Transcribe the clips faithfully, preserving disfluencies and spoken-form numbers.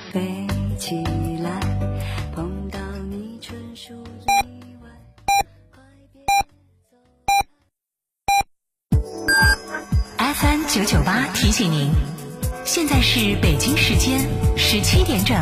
飞起来，碰到你纯属意外，快别走。 F M 九九八提醒您，现在是北京时间十七点整。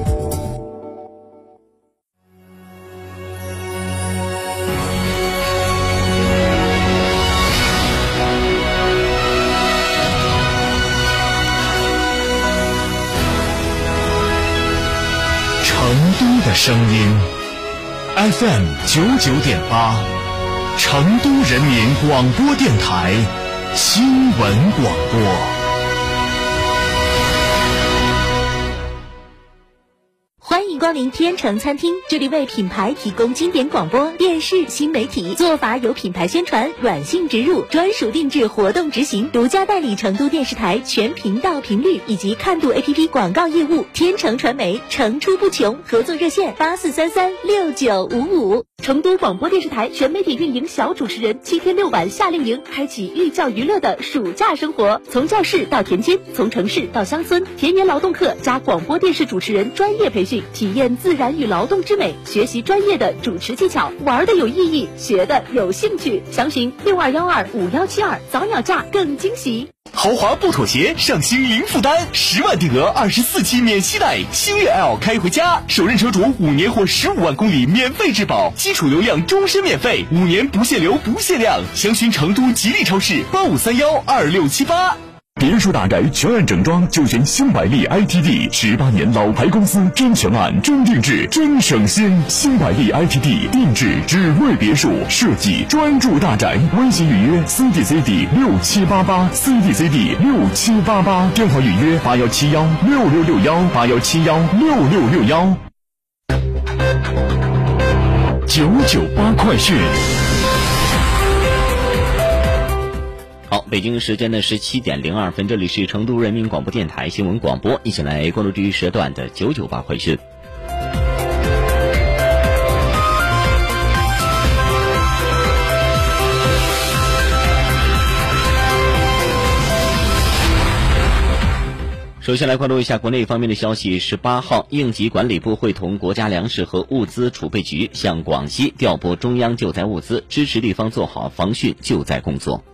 成都的声音 ，F M 九九点八，成都人民广播电台新闻广播。 欢迎光临天成餐厅，这里为品牌提供经典广播电视新媒体做法，有品牌宣传、软性植入、专属定制活动执行，独家代理成都电视台全频道频率以及看度 A P P 广告业务。天成传媒层出不穷，合作热线八四三三六九五五。成都广播电视台全媒体运营小主持人七天六晚夏令营，开启寓教于乐的暑假生活，从教室到田间，从城市到乡村，田园劳动课加广播电视主持人专业培训，体验自然与劳动之美，学习专业的主持技巧，玩的有意义，学的有兴趣。详询六二幺二五幺七二，早鸟价更惊喜。 豪华不妥协，上新零负担，十万定额二十四期免息贷，星越 L 开回家，首任车主五年或十五万公里免费质保，基础流量终身免费，五年不限流不限量。详询成都吉利超市八五三幺二六七八。别墅大宅全案整装就选新百利 I T D， 十八年老牌公司，真全案真定制真省心。新百利 I T D 定制只为别墅设计，专注大宅。微信预约 C D C D 六七八八 C D C D 六七八八，电话预约八幺七幺六六六幺八幺七幺六六六幺。九九八快讯。 好，北京时间的十七点零二分，这里是成都人民广播电台新闻广播，一起来关注这一时段的九九八快讯。首先来关注一下国内方面的消息。十八号，应急管理部会同国家粮食和物资储备局向广西调拨中央救灾物资，支持地方做好防汛救灾工作。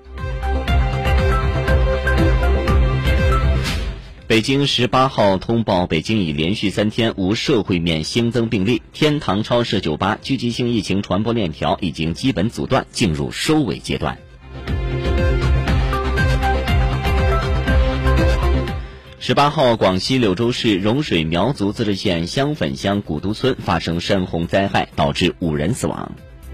北京十八号通报，北京已连续三天无社会面新增病例，天堂超市酒吧聚集性疫情传播链条已经基本阻断，进入收尾阶段。十八号，广西柳州市融水苗族自治县香粉乡古都村发生山洪灾害，导致五人死亡。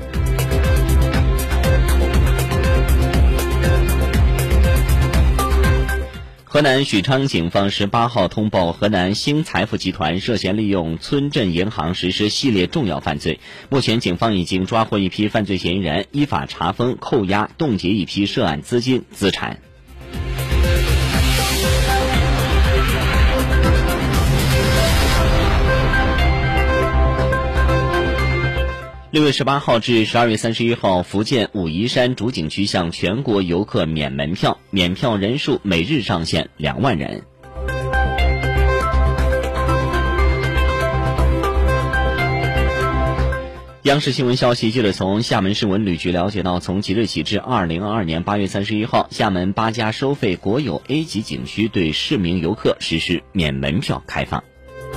河南许昌警方十八号通报，河南兴财富集团涉嫌利用村镇银行实施系列重要犯罪。目前，警方已经抓获一批犯罪嫌疑人，依法查封、扣押、冻结一批涉案资金资产。六月十八号至十二月三十一号，福建武夷山主景区向全国游客免门票，免票人数每日上限两万人。央视新闻消息，记者从厦门市文旅局了解到，从即日起至二零二二年八月三十一号，厦门八家收费国有 A 级景区对市民游客实施免门票开放。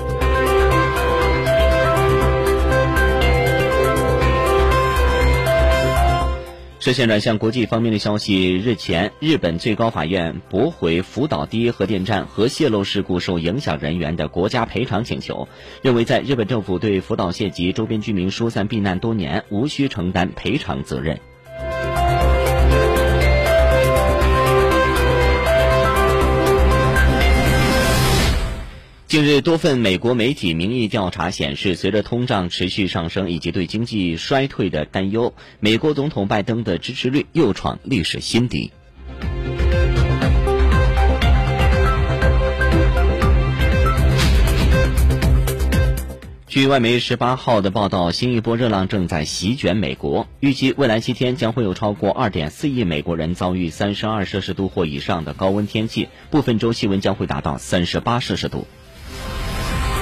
这现转向国际方面的消息，日前，日本最高法院驳回福岛第一核电站核泄漏事故受影响人员的国家赔偿请求，认为在日本政府对福岛县及周边居民疏散避难多年，无需承担赔偿责任。近日，多份美国媒体民意调查显示，随着通胀持续上升以及对经济衰退的担忧，美国总统拜登的支持率又创历史新低。据外媒十八号的报道，新一波热浪正在席卷美国，预计未来七天将会有超过 二点四亿美国人遭遇三十二摄氏度或以上的高温天气，部分州气温将会达到三十八摄氏度。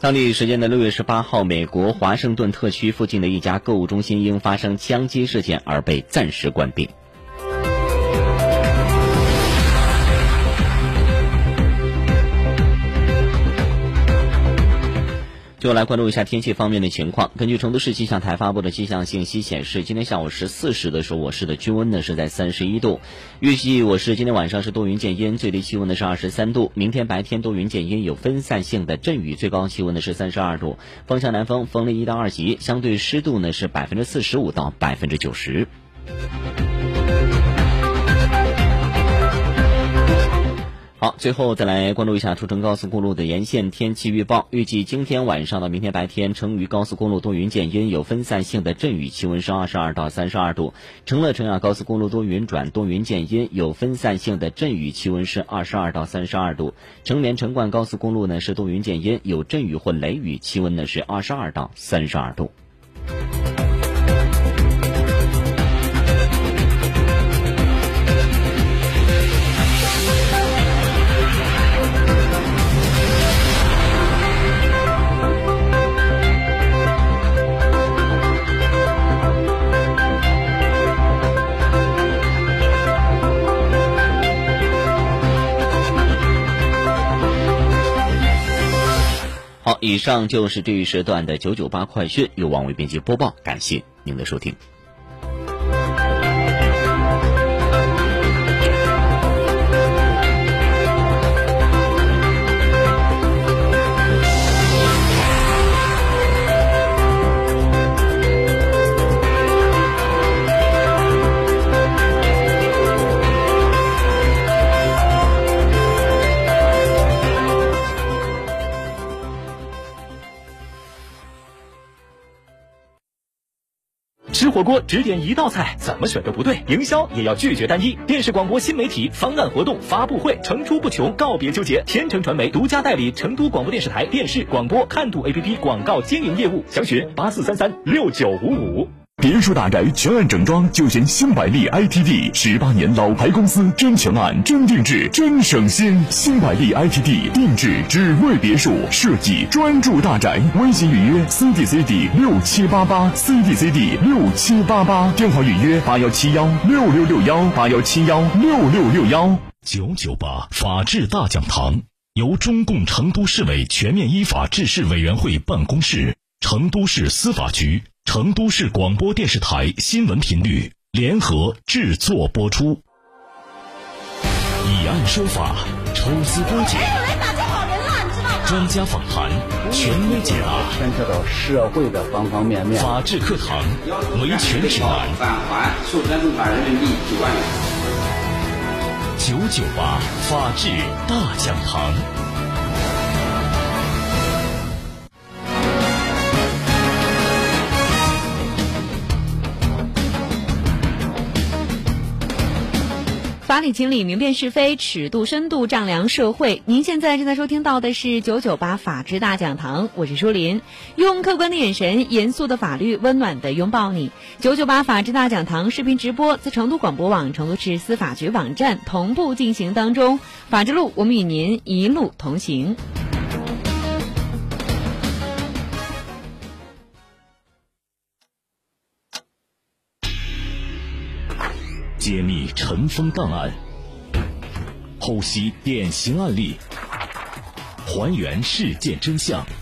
当地时间的六月十八号，美国华盛顿特区附近的一家购物中心因发生枪击事件而被暂时关闭。就来关注一下天气方面的情况。根据成都市气象台发布的气象信息显示，今天下午十四时的时候，我市的均温呢是在三十一度。预计我市今天晚上是多云见阴，最低气温呢是二十三度。明天白天多云见阴，有分散性的阵雨，最高气温呢是三十二度。风向南风，风力一到二级，相对湿度呢是百分之四十五到百分之九十。好，最后再来关注一下出城高速公路的沿线天气预报。预计今天晚上到明天白天，成渝高速公路多云见阴，有分散性的阵雨，气温是二十二到三十二度。成乐成雅高速公路多云转多云见阴，有分散性的阵雨，气温是二十二到三十二度。成绵成灌高速公路呢是多云见阴，有阵雨或雷雨，气温呢是二十二到三十二度。好，以上就是这一时段的九九八快讯，由王伟编辑播报，感谢您的收听。 吃火锅只点一道菜，怎么选都不对。营销也要拒绝单一。电视广播新媒体方案活动发布会层出不穷，告别纠结。天成传媒独家代理成都广播电视台电视广播看度 A P P 广告经营业务，详询八四三三六九五五。 别墅大宅全案整装就选新百利 I T D， 十八年老牌公司，真全案、真定制、真省心。新百利 I T D 定制只为别墅，设计专注大宅。微信预约 C D C D 六七八八 C D C D 六七八八，电话预约八幺七幺六六六幺八幺七幺六六六幺。 九九八法治大讲堂由中共成都市委全面依法治市委员会办公室、成都市司法局、成都市广播电视台新闻频率联合制作播出。以案说法，抽丝剥茧，专家访谈，权威解答， 牵扯到社会的方方面面。 法治课堂，维权指南， 返还授权中法人民币九万元。 九九八法治大讲堂。 法理情理，明辨是非，尺度深度丈量社会。您现在正在收听到的是九九八法治大讲堂，我是舒林，用客观的眼神，严肃的法律，温暖的拥抱你。九九八法治大讲堂视频直播在成都广播网、成都市司法局网站同步进行当中。法治路，我们与您一路同行。 揭秘尘封档案，剖析典型案例，还原事件真相，